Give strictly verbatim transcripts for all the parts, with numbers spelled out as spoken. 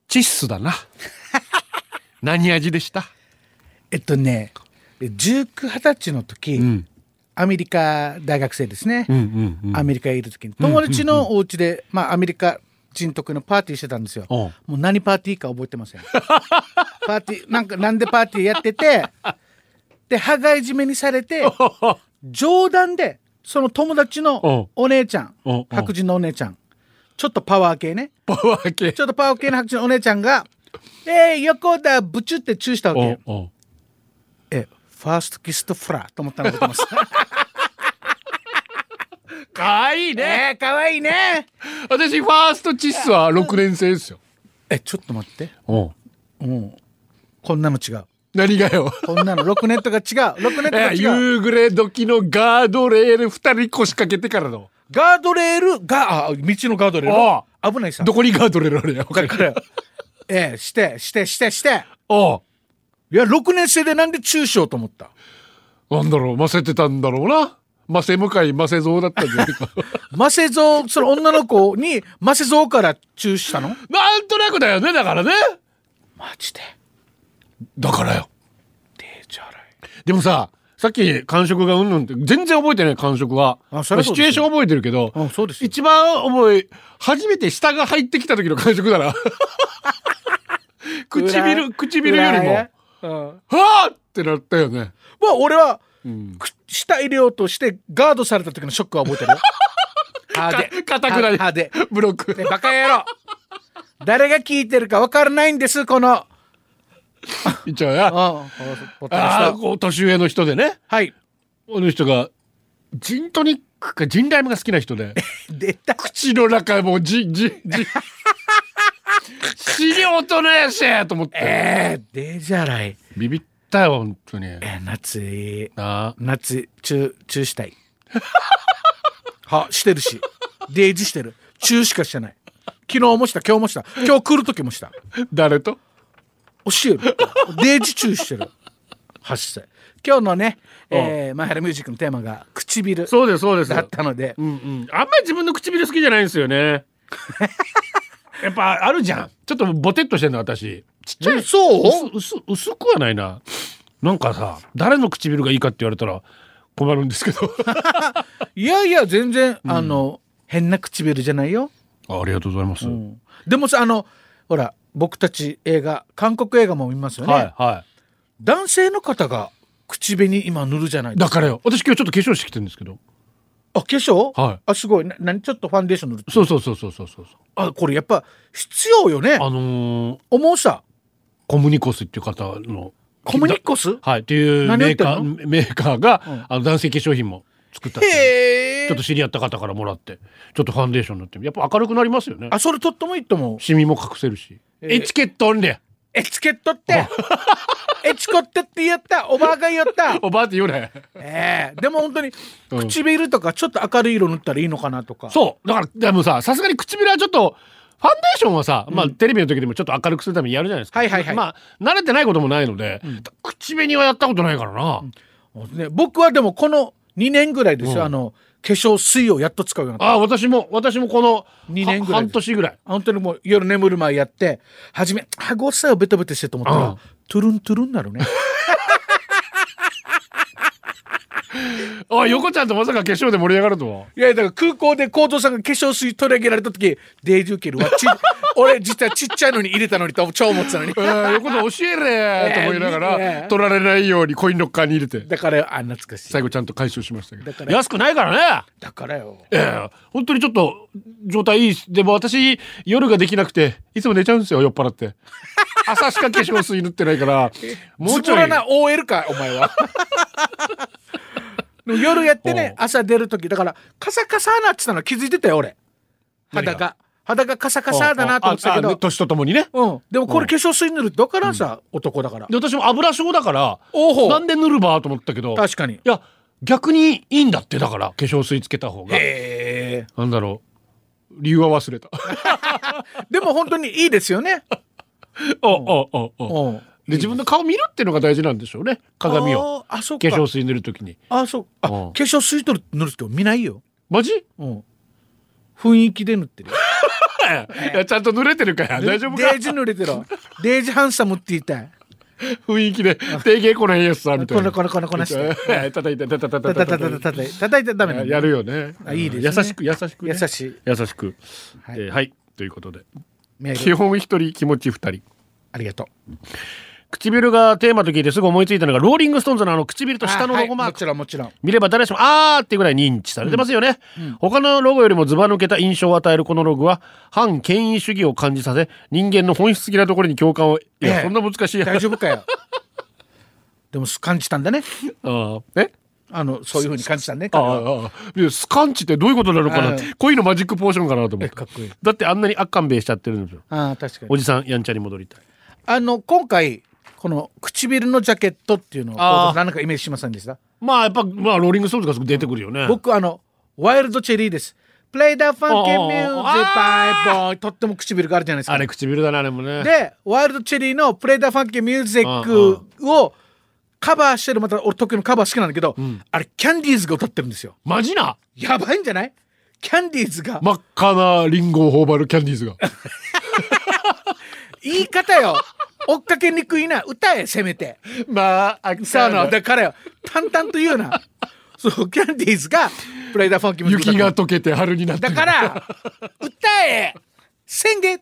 チッスだな。何味でした？ えっとねじゅうきゅう、はたちの時、うん、アメリカ大学生ですね、うんうんうん、アメリカにいる時に友達のお家で、うんうんうん、まあ、アメリカ人得のパーティーしてたんですよ。もう何パーティーか覚えてません。パーティーなんかなんでパーティーやっててで羽交い締めにされて冗談でその友達のお姉ちゃん白人のお姉ちゃんちょっとパワー系ねパワー系ちょっとパワー系の白人のお姉ちゃんがえー、横田ブチュってチューしたわけ。おおえファーストキスとフラと思ったの覚えてます。 かわいいね、 えー、かわいいね。 私ファーストチッスはろくねん生ですよ。 えちょっと待っておう、うん、こんなの違う。 何がよこんなのろくねんとか違うろくねんとか違う。 夕暮れ時のガードレールふたり腰掛けてからのガードレールがあ道のガードレール危ないさ。 どこにガードレールあるや分かるえー、してしてしてしておいやろくねん生でなんで中傷と思った。 なんだろうませてたんだろうな。ませ向かいませぞうだったんじゃないか。 ませぞうその女の子にませぞうからチューしたの。 なんとなくだよねだからね。 マジでだからよ。 デジャライ。 でもささっき感触がうんぬんって全然覚えてない感触は。あそれシチュエーション覚えてるけどあそうです一番覚え初めて下が入ってきた時の感触だな。唇唇よりもはあってなったよね。 まあ俺は、うん、下入れようとしてガードされた時のショックは覚えてるよ。 派手かたくなり派手ブロックバカ野郎。誰が聞いてるか分からないんですこの一応やああ年上の人でねはいこの人がジントニックかジンライムが好きな人で出た口の中もうジンジンジン資料とねやしと思ってえー、デジャライビビったよ本当に。 えー、夏いいあ夏チューチューしたいはしてるしデイジしてるチューしかしてない。昨日もした今日もした今日来る時もした。 誰と教えるデイジチューしてるはっさい。今日のね、えー、マイハラミュージックのテーマが唇そうですそうですだったので、 うんうん、あんまり自分の唇好きじゃないんですよね。やっぱあるじゃんちょっとボテッとしてんの私ちっちゃいそう薄薄くはないな。なんかさ誰の唇がいいかって言われたら困るんですけど。 いやいや全然、うん、あの変な唇じゃないよ。 あ, ありがとうございます、うん、 でもさあのほら僕たち映画韓国映画も見ますよね、 はいはい、 男性の方が口紅今塗るじゃないですか。 だからよ私今日ちょっと化粧してきてるんですけど。 あ化粧、 はい、 あすごいな何ちょっとファンデーション塗るって。 そうそうそうそうそうそう。 あこれやっぱ必要よね。 あのー、 思うさコムニコスっていう方のコムニコスはいっていうメーカーメーカーが、うん、あの男性化粧品も作ったっていうちょっと知り合った方からもらってちょっとファンデーション塗ってやっぱ明るくなりますよね。 あそれとってもいいと思う。 シミも隠せるし、えー、エチケットオンでエチケットってエチコットって言ったおばあが言ったおばあって言うね、 えー、でも本当に唇とかちょっと明るい色塗ったらいいのかなとか、 うん、そうだからでもささすがに唇はちょっとファンデーションはさ、うん、まあテレビの時でもちょっと明るくするためにやるじゃないですか。 はいはいはい。 まあ慣れてないこともないので、うん、口紅はやったことないからな、 うんね、僕はでもこのにねんぐらいですよ、うん、あの化粧水をやっと使うようになった。 あ私も私もこのにねんぐらい半年ぐらい本当にもう夜眠る前やって初め歯ごっさいをベトベトしてと思ったら、うん、トゥルントゥルンになるね。 あ横ちゃんとまさか化粧で盛り上がるとは。 いやだから空港で幸三さんが化粧水取り上げられた時デイジューケルはち俺実はちっちゃいのに入れたのにと超思ってたのに横ちゃん教えれと思いながら、えー、取られないようにコインロッカーに入れてだからあ懐かしい最後ちゃんと回収しましたけどだから安くないからね。 だからよ、 えー、本当にちょっと状態いいでも私夜ができなくていつも寝ちゃうんですよ酔っ払って朝しか化粧水塗ってないからもうちょいズボラな オーエル かお前は。夜やってね朝出る時だからカサカサなってたの気づいてたよ俺肌が肌がカサカサだなと思ってたけど年とともにね、 うん、でもこれ化粧水塗るだからさ、うん、男だからで私も油症だからなんで塗るばと思ったけど確かにいや逆にいいんだってだから化粧水つけた方がへーなんだろう理由は忘れた。 でも本当にいいですよね。 おおおおで自分の顔見るっていうのが大事なんでしょうね鏡をああそうか化粧水塗るときにあそうあ、うん、化粧水塗る塗るとき見ないよマジ、 うん、雰囲気で塗ってるよ。 や、いやちゃんと濡れてるから大丈夫か。 デージ濡れてる。デージハンサムって言いたい。 雰囲気で定芸こないやつさみたいな。 このこのこのこのして叩いて叩いて叩いて叩いて叩いて叩いてダメなの。 やるよね。 あ、いいですね。 優しく優しくね、 優しい優しく。 ははいい、えーはい、ということでメール基本一人気持ち二人。 ありがとう。 唇がテーマと聞いてすぐ思いついたのがローリングストーンズのあの唇と下のロゴマーク、 もちろんもちろん。 見れば誰しもあーってぐらい認知されてますよね、うんうん、他のロゴよりもずば抜けた印象を与えるこのロゴは反権威主義を感じさせ人間の本質的なところに共感を。いや、ええ、そんな難しいや大丈夫かよ。でも感じたんだね。 あえあのそういう風に感じたね。 ああスカンチってどういうことなのかなって、恋のマジックポーションかなと思って。 かっこいい。 だってあんなにあっかんべえしちゃってるんですよ。 あ、確かに。 おじさんやんちゃに戻りたい。 あの今回この唇のジャケットっていうのを何かイメージしませんでした？ まあやっぱ、まあ、ローリングストーンズがすぐ出てくるよね。 僕あのワイルドチェリーです。Play the funky music by boy とっても唇があるじゃないですか。 あれ唇だなあれもね。 でワイルドチェリーの Play the funky music をカバーしてる、また俺得意のカバー好きなんだけど、うん、あれキャンディーズが歌ってるんですよ。 マジな。 やばいんじゃない？キャンディーズが真っ赤なリンゴを頬張るキャンディーズが言い方よ。追っかけにくいな。歌えせめて。 まあさあのだからよ淡々と言うな。そうキャンディーズがプレイダーファンキー雪が溶けて春になってだから歌え宣言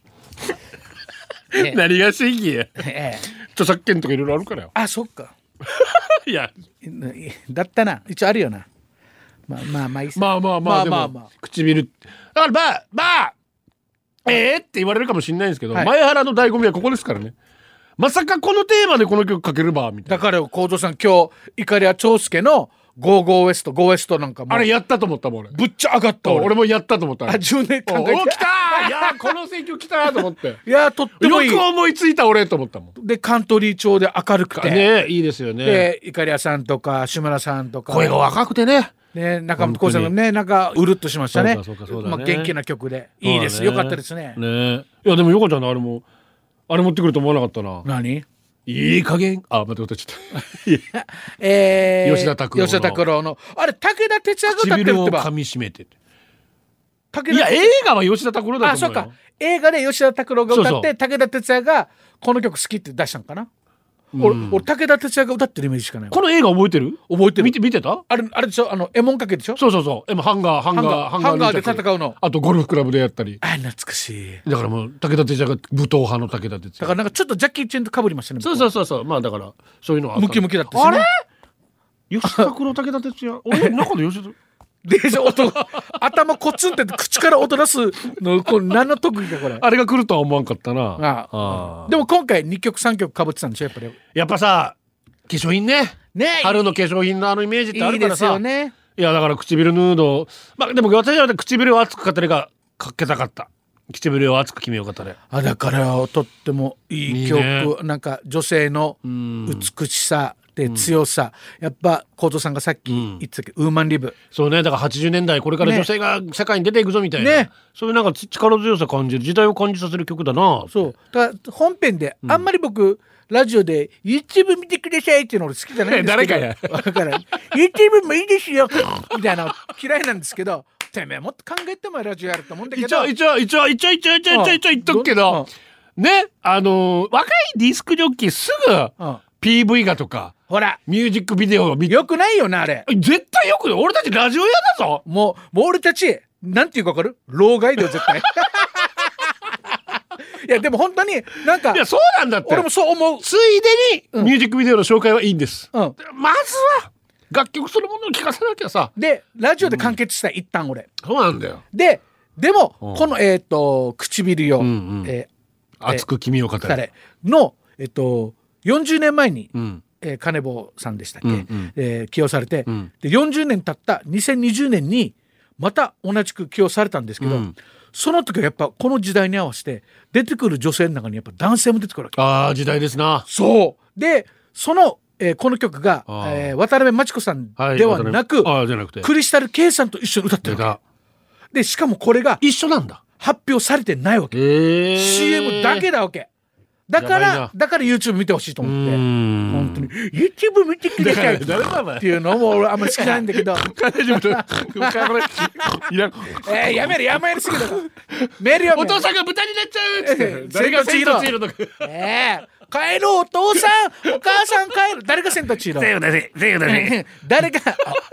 何が宣言や、ええ、著作権とかいろいろあるからよ。 あ、そっかいやだったな。一応あるよな。まあまあまあいいっす。 まあまあまあでも唇だからまあまあえーって言われるかもしれないんですけど、はい、前原の醍醐味はここですからね。まさかこのテーマでこの曲かけるばみたいな。 だから幸三さん今日イカリア長介のゴーゴーウエストゴーウエストなんかもあれやったと思ったもん俺。 ぶっちゃ上がった俺。 俺もやったと思った。 あじゅうねん考えてお来たーいやこの選挙来たーと思っていやとってもいい。 よく思いついた俺と思ったもん。 でカントリー調で明るくてねいいですよね。 でイカリアさんとか志村さんとか声が若くてね。 ね、なんか向こうさんがねなんかうるっとしましたね。まあ元気な曲でいいです。よかったですね。 ねいやでもよかったな。あれもあれ持ってくると思わなかったな。 何いい加減あ待って待ってちょっとえー、 吉田拓郎の吉田拓郎のあれ武田鉄矢が歌ってるってば唇を噛み締めていや映画は吉田拓郎だと思うよ。 あそうか映画で吉田拓郎が歌って武田鉄矢がこの曲好きって出したんかな。俺、俺武田鉄矢が歌ってるイメージしかない。 この映画覚えてる？ 覚えてる。 見て見てた？あれあれでしょあのエモンかけでしょ。 そうそうそうハンガーハンガーハンガーハンガーで戦うの。 あとゴルフクラブでやったり。 あ懐かしい。 だからもう武田鉄矢が武闘派の武田鉄矢。 だからなんかちょっとジャッキーチェンと被りましたね。 そうそうそうそうまあだからそういうのはムキムキだったしね。 あれ？吉田拓郎武田鉄矢俺中で吉田でしょ音頭コツンって口から音出すのこれ何の特技かこれ。 あれが来るとは思わんかったな。 ああでも今回にきょくさんきょくかぶってたんでしょやっぱり。 やっぱさ化粧品ねね春の化粧品のあのイメージってあるからさ。 いいですよね。 いやだから唇ヌードまあでも私は唇を熱く語りがかけたかった唇を熱く決めようかったね。 あだからとってもいい曲いい、ね、なんか女性の美しさで強さ、うん、やっぱ幸三さんがさっき言ってたけど、うん、ウーマンリブそうねだからはちじゅうねんだいこれから女性が社会に出ていくぞみたいな、ね、そういうなんか力強さ感じる時代を感じさせる曲だな。 そうだから本編であんまり僕、うんラジオで YouTube 見てくださいっていうの俺好きじゃないんですけど誰かやだから YouTube もいいですよみたいな嫌いなんですけどてめえもっと考えてもラジオやると思うんだけど一応一応一応一応一応一応一応一応言っとくけどねあのー、若いディスクジョッキーすぐ ピーブイ がとかほらミュージックビデオを見てよくないよなあれ絶対よくない。俺たちラジオ屋だぞもうもう俺たちなんていうか分かる老害だよ絶対いやでも本当になんかいやそうなんだって俺もそう思う。 ついでにミュージックビデオの紹介はいいんです、うん、まずは楽曲そのものを聴かせなきゃさでラジオで完結したい、うん、一旦俺そうなんだよ。 ででも、うん、このえっ、ー、と唇よ、うんうんえー、熱く君を語れのえっ、ー、とよんじゅうねんまえに、うんえー、金坊さんでしたっけ、うんうんえー、起用されて、うん、でよんじゅうねん経ったにせんにじゅうねんにまた同じく起用されたんですけど、うんその時はやっぱこの時代に合わせて出てくる女性の中にやっぱ男性も出てくるわけ。 ああ時代ですな。 そうでその、えー、この曲が、えー、渡辺真知子さんではなく、はい、あじゃなくてクリスタル K さんと一緒に歌ってるわけでしかもこれが一緒なんだ発表されてないわけ、えー、シーエム だけだわけだかやばいならだから YouTube 見てほしいと思ってうーん本当に YouTube 見てください誰だお前っていうのも俺あんまり好きなんだけど大丈夫だこれいらんえー、やめるやめるすぎだメール読めお父さんが豚になっちゃうっつって誰が千と千尋とかえー、帰ろうお父さんお母さん帰る誰が千と千尋セーフだねセーフだね誰が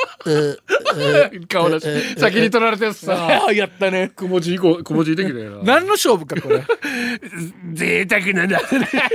顔出し先に取られてるさあやったねくもじ以降くもじいできだよな何の勝負かこれ贅沢なんだ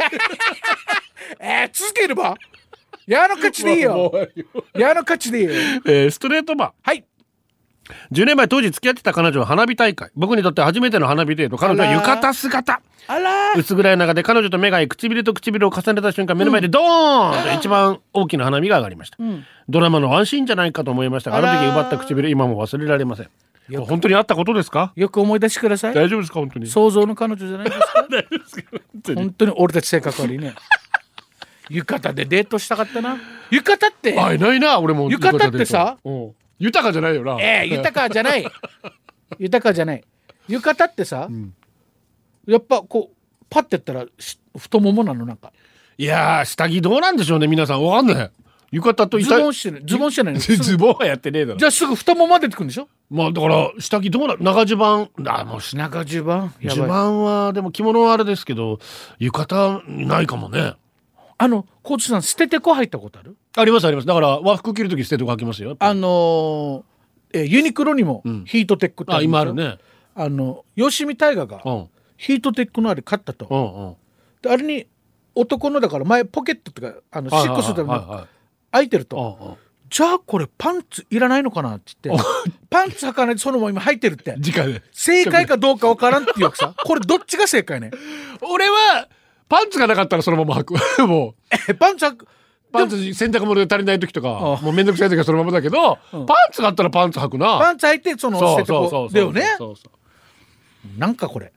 えー、続ければ矢の勝ちでいいよ矢の勝ちでいいよえー、ストレートマンはいじゅうねんまえ当時付き合ってた彼女は花火大会僕にとって初めての花火デート彼女は浴衣姿あら薄暗い中で彼女と目が合い唇と唇を重ねた瞬間目の前でドーンと一番大きな花火が上がりました、うん、ドラマのワンシーンじゃないかと思いましたがあの時奪った唇今も忘れられません本当にあったことですかよく思い出してください大丈夫ですか本当に想像の彼女じゃないですか大丈夫ですか本当に本当に俺たち性格悪いね浴衣でデートしたかったな浴衣ってあいないな俺も浴衣ってさ豊かじゃないよなええー、豊かじゃない豊かじゃない浴衣ってさ、うん、やっぱこうパッてやったら太ももなのなんかいやー下着どうなんでしょうね皆さんわかんない浴衣とズボンしてないズボンしてないズボンはやってねえだろじゃあすぐ太もも出てくるんでしょまあだから下着どうな長襦袢あもう長襦袢襦袢はでも着物はあれですけど浴衣ないかもねあのコーチさん捨ててこ入ったことあるありますありますだから和服着るとき捨ててこ履きますよあのー、えユニクロにもヒートテックってある、うん、あ今あるねあの吉見大河がヒートテックのあれ買ったと、うんうん、であれに男のだから前ポケットとかあのシックスでも開いてると、はいはいはい、じゃあこれパンツいらないのかなって言ってパンツ履かないでそのまま今入ってるって直で正解かどうかわからんっていうわけさこれどっちが正解ね俺はパンツがなかったらそのまま履くもうえパンツ履くパンツ洗濯物が足りない時とかもうめんどくさい時はそのままだけど、うん、パンツがあったらパンツ履くなパンツ履いてその捨ててこだよねなんかこれ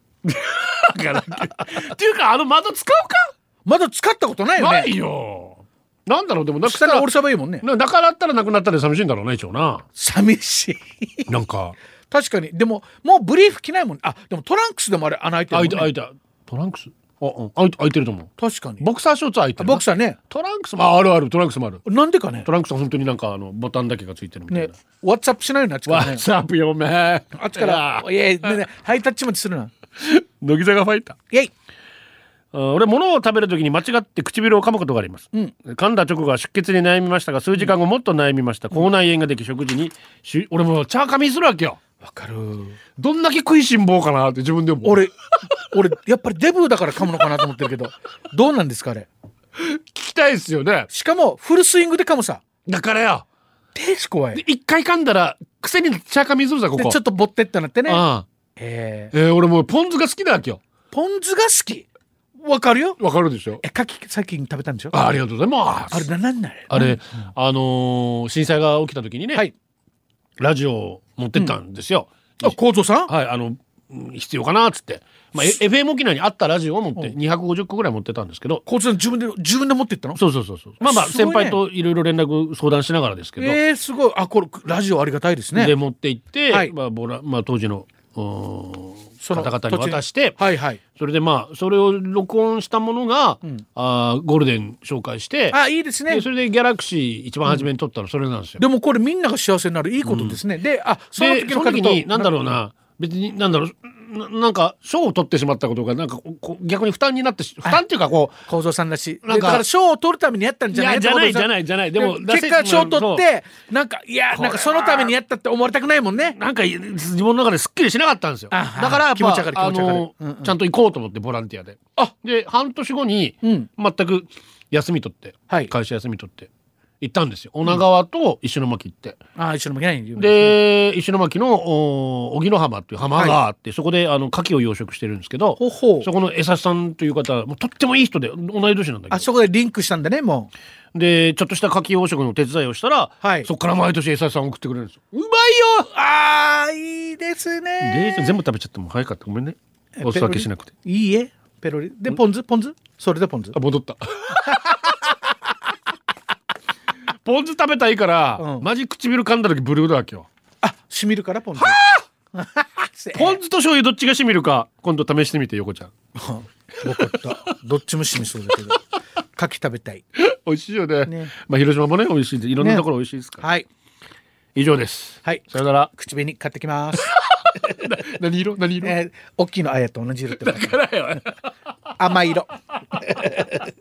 っていうかあの窓使うか窓使ったことないよねないよなんだろうでもなくしたら俺しゃべいもんねだからあったらなくなったら寂しいんだろうね一応な寂しいなんか確かにでももうブリーフ着ないもんあでもトランクスでもあれ穴開いてるもんね開いた開いたトランクスあ、うん、開いて、開いてると思う確かにボクサーショーツ開いてるボクサーねトランクスもあるあるトランクスもあるなんでかねトランクスは本当になんかあのボタンだけがついてるみたいな、ね、 ワッツアップしないようになっちゃうねワッツアップよめあっちからいやいや、ね、ハイタッチまでするな乃木坂ファイターイェイ俺物を食べるときに間違って唇を噛むことがあります、うん、噛んだ直後は出血に悩みましたが数時間後もっと悩みました、うん、口内炎ができ食事にし俺もチャー噛みするわけよわかるどんだけ食いしん坊かなって自分でも俺俺やっぱりデブーだから噛むのかなと思ってるけどどうなんですかあれ聞きたいですよねしかもフルスイングで噛むさだからよ手し怖い一回噛んだら癖にチャー噛みするさここちょっとボッテってなってねああえー、えー、俺もうポン酢が好きだわけよポン酢が好きわかるよわかるでしょえ牡蠣最近食べたんでしょあ, ありがとうございますあれなんだあれあれ、うん、あのー、震災が起きた時にね、はい、ラジオを持ってったんですよ、 うん、あ構造さんはいあの必要かなっつって、まあ、エフエム 沖縄にあったラジオを持ってにひゃくごじゅっこぐらい持ってたんですけど構造さん自分で自分で持っていったのそうそうそうそうまあまあ、ね、先輩といろいろ連絡相談しながらですけどえー、すごいあこれラジオありがたいですねで持って行って、はいまあボラまあ、当時の方々に渡して、 はいはい、 それでまあそれを録音したものが、うん、あゴールデン紹介してあいいですねでそれでギャラクシー一番初めに撮ったのそれなんですよ、 うん、でもこれみんなが幸せになるいいことですね、うん、であその時の時に何だろうな別に何だろう な, なんか賞を取ってしまったことがなんかこ逆に負担になって負担っていうかこう構造さんだしだから賞を取るためにやったんじゃないいやじゃないじゃないじゃないでも結果賞を取ってなんかいやなんかそのためにやったって思われたくないもんねなんか自分の中ですっきりしなかったんですよだからやっぱあの、うんうん、ちゃんと行こうと思ってボランティアであで半年後に全く休み取って、うん、会社休み取って行ったんですよ女川と石巻行って、 うん、あ石巻ないで、 ね、石巻の荻野浜っていう浜があって、はい、そこであの牡蠣を養殖してるんですけどほほそこの江差さんという方もうとってもいい人で同い年なんだけどあそこでリンクしたんだねもうでちょっとした牡蠣養殖の手伝いをしたら、はい、そこから毎年江差さん送ってくれるんですようまいよあーいいですねで全部食べちゃっても早かったごめんねお裾分けしなくていいえペロリでポン酢ポン酢それでポン酢あ戻ったポン酢食べたいから、うん、マジ唇噛んだ時ブルーだわけよあしみるからポン酢ポン酢と醤油どっちがしみるか今度試してみて横ちゃん分かったどっちもしみそうだけど牡蠣食べたい。 美味しいよね。ね、まあ広島もね美味しいでいろんなところ美味しいですから、ね、はい以上です。 はいさよなら。 口紅買ってきます何色何色、 えー、大きいのあやと同じ色ってこと甘い色